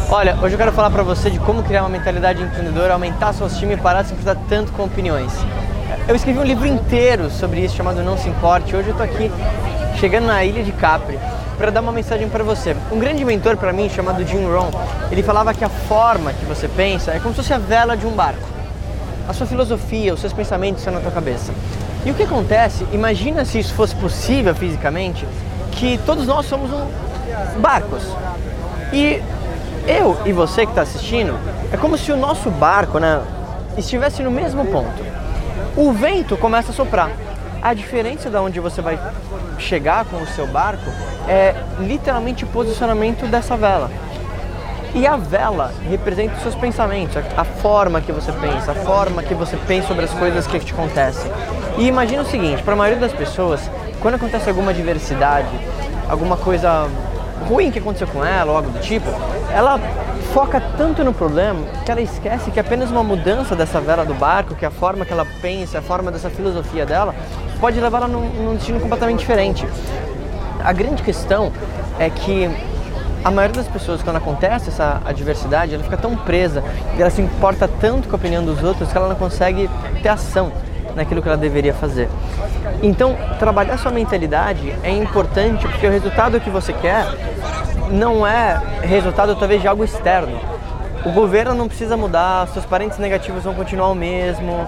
Olha, hoje eu quero falar pra você de como criar uma mentalidade empreendedora, aumentar sua autoestima e parar de se importar tanto com opiniões. Eu escrevi um livro inteiro sobre isso chamado Não Se Importe. Hoje eu tô aqui chegando na ilha de Capri para dar uma mensagem para você. Um grande mentor para mim chamado Jim Rohn, ele falava que a forma que você pensa é como se fosse a vela de um barco. A sua filosofia, os seus pensamentos estão na tua cabeça. E o que acontece, imagina se isso fosse possível fisicamente, que todos nós somos barcos. E eu e você que está assistindo, é como se o nosso barco, estivesse no mesmo ponto. O vento começa a soprar. A diferença de onde você vai chegar com o seu barco é literalmente o posicionamento dessa vela. E a vela representa os seus pensamentos, a forma que você pensa, a forma que você pensa sobre as coisas que te acontecem. E imagina o seguinte, para a maioria das pessoas, quando acontece alguma adversidade, alguma coisa ruim que aconteceu com ela ou algo do tipo, ela foca tanto no problema que ela esquece que apenas uma mudança dessa vela do barco, que a forma que ela pensa, a forma dessa filosofia dela, pode levar ela num destino completamente diferente. A grande questão é que a maioria das pessoas, quando acontece essa adversidade, ela fica tão presa e ela se importa tanto com a opinião dos outros que ela não consegue ter ação naquilo que ela deveria fazer. Então, trabalhar sua mentalidade é importante porque o resultado que você quer não é resultado talvez de algo externo. O governo não precisa mudar, seus parentes negativos vão continuar o mesmo,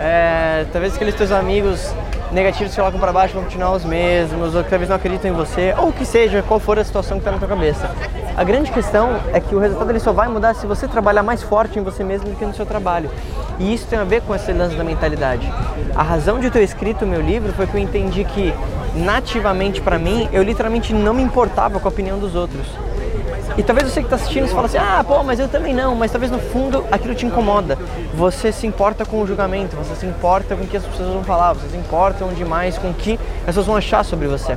talvez aqueles teus amigos negativos que colocam para baixo vão continuar os mesmos, ou que talvez não acreditam em você, ou que seja, qual for a situação que está na tua cabeça. A grande questão é que o resultado ele só vai mudar se você trabalhar mais forte em você mesmo do que no seu trabalho. E isso tem a ver com esse lance da mentalidade. A razão de eu ter escrito o meu livro foi que eu entendi que, nativamente para mim, eu literalmente não me importava com a opinião dos outros. E talvez você que está assistindo, você fala assim, mas eu também não, mas talvez no fundo aquilo te incomoda. Você se importa com o julgamento, você se importa com o que as pessoas vão falar, você se importa demais com o que as pessoas vão achar sobre você.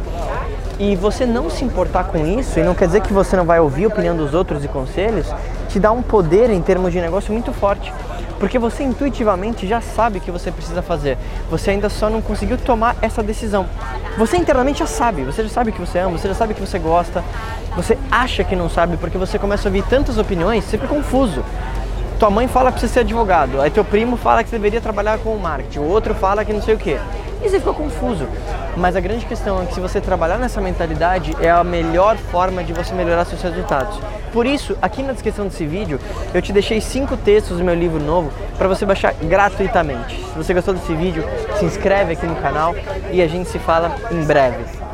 E você não se importar com isso, e não quer dizer que você não vai ouvir a opinião dos outros e conselhos, te dá um poder em termos de negócio muito forte. Porque você intuitivamente já sabe o que você precisa fazer. Você ainda só não conseguiu tomar essa decisão. Você internamente você já sabe o que você ama, você já sabe o que você gosta. Você acha que não sabe porque você começa a ouvir tantas opiniões, você fica confuso. Tua mãe fala que você ser advogado, aí teu primo fala que você deveria trabalhar com o marketing, o outro fala que não sei o quê. E você fica confuso. Mas a grande questão é que se você trabalhar nessa mentalidade, é a melhor forma de você melhorar seus resultados. Por isso, aqui na descrição desse vídeo, eu te deixei 5 textos do meu livro novo para você baixar gratuitamente. Se você gostou desse vídeo, se inscreve aqui no canal e a gente se fala em breve.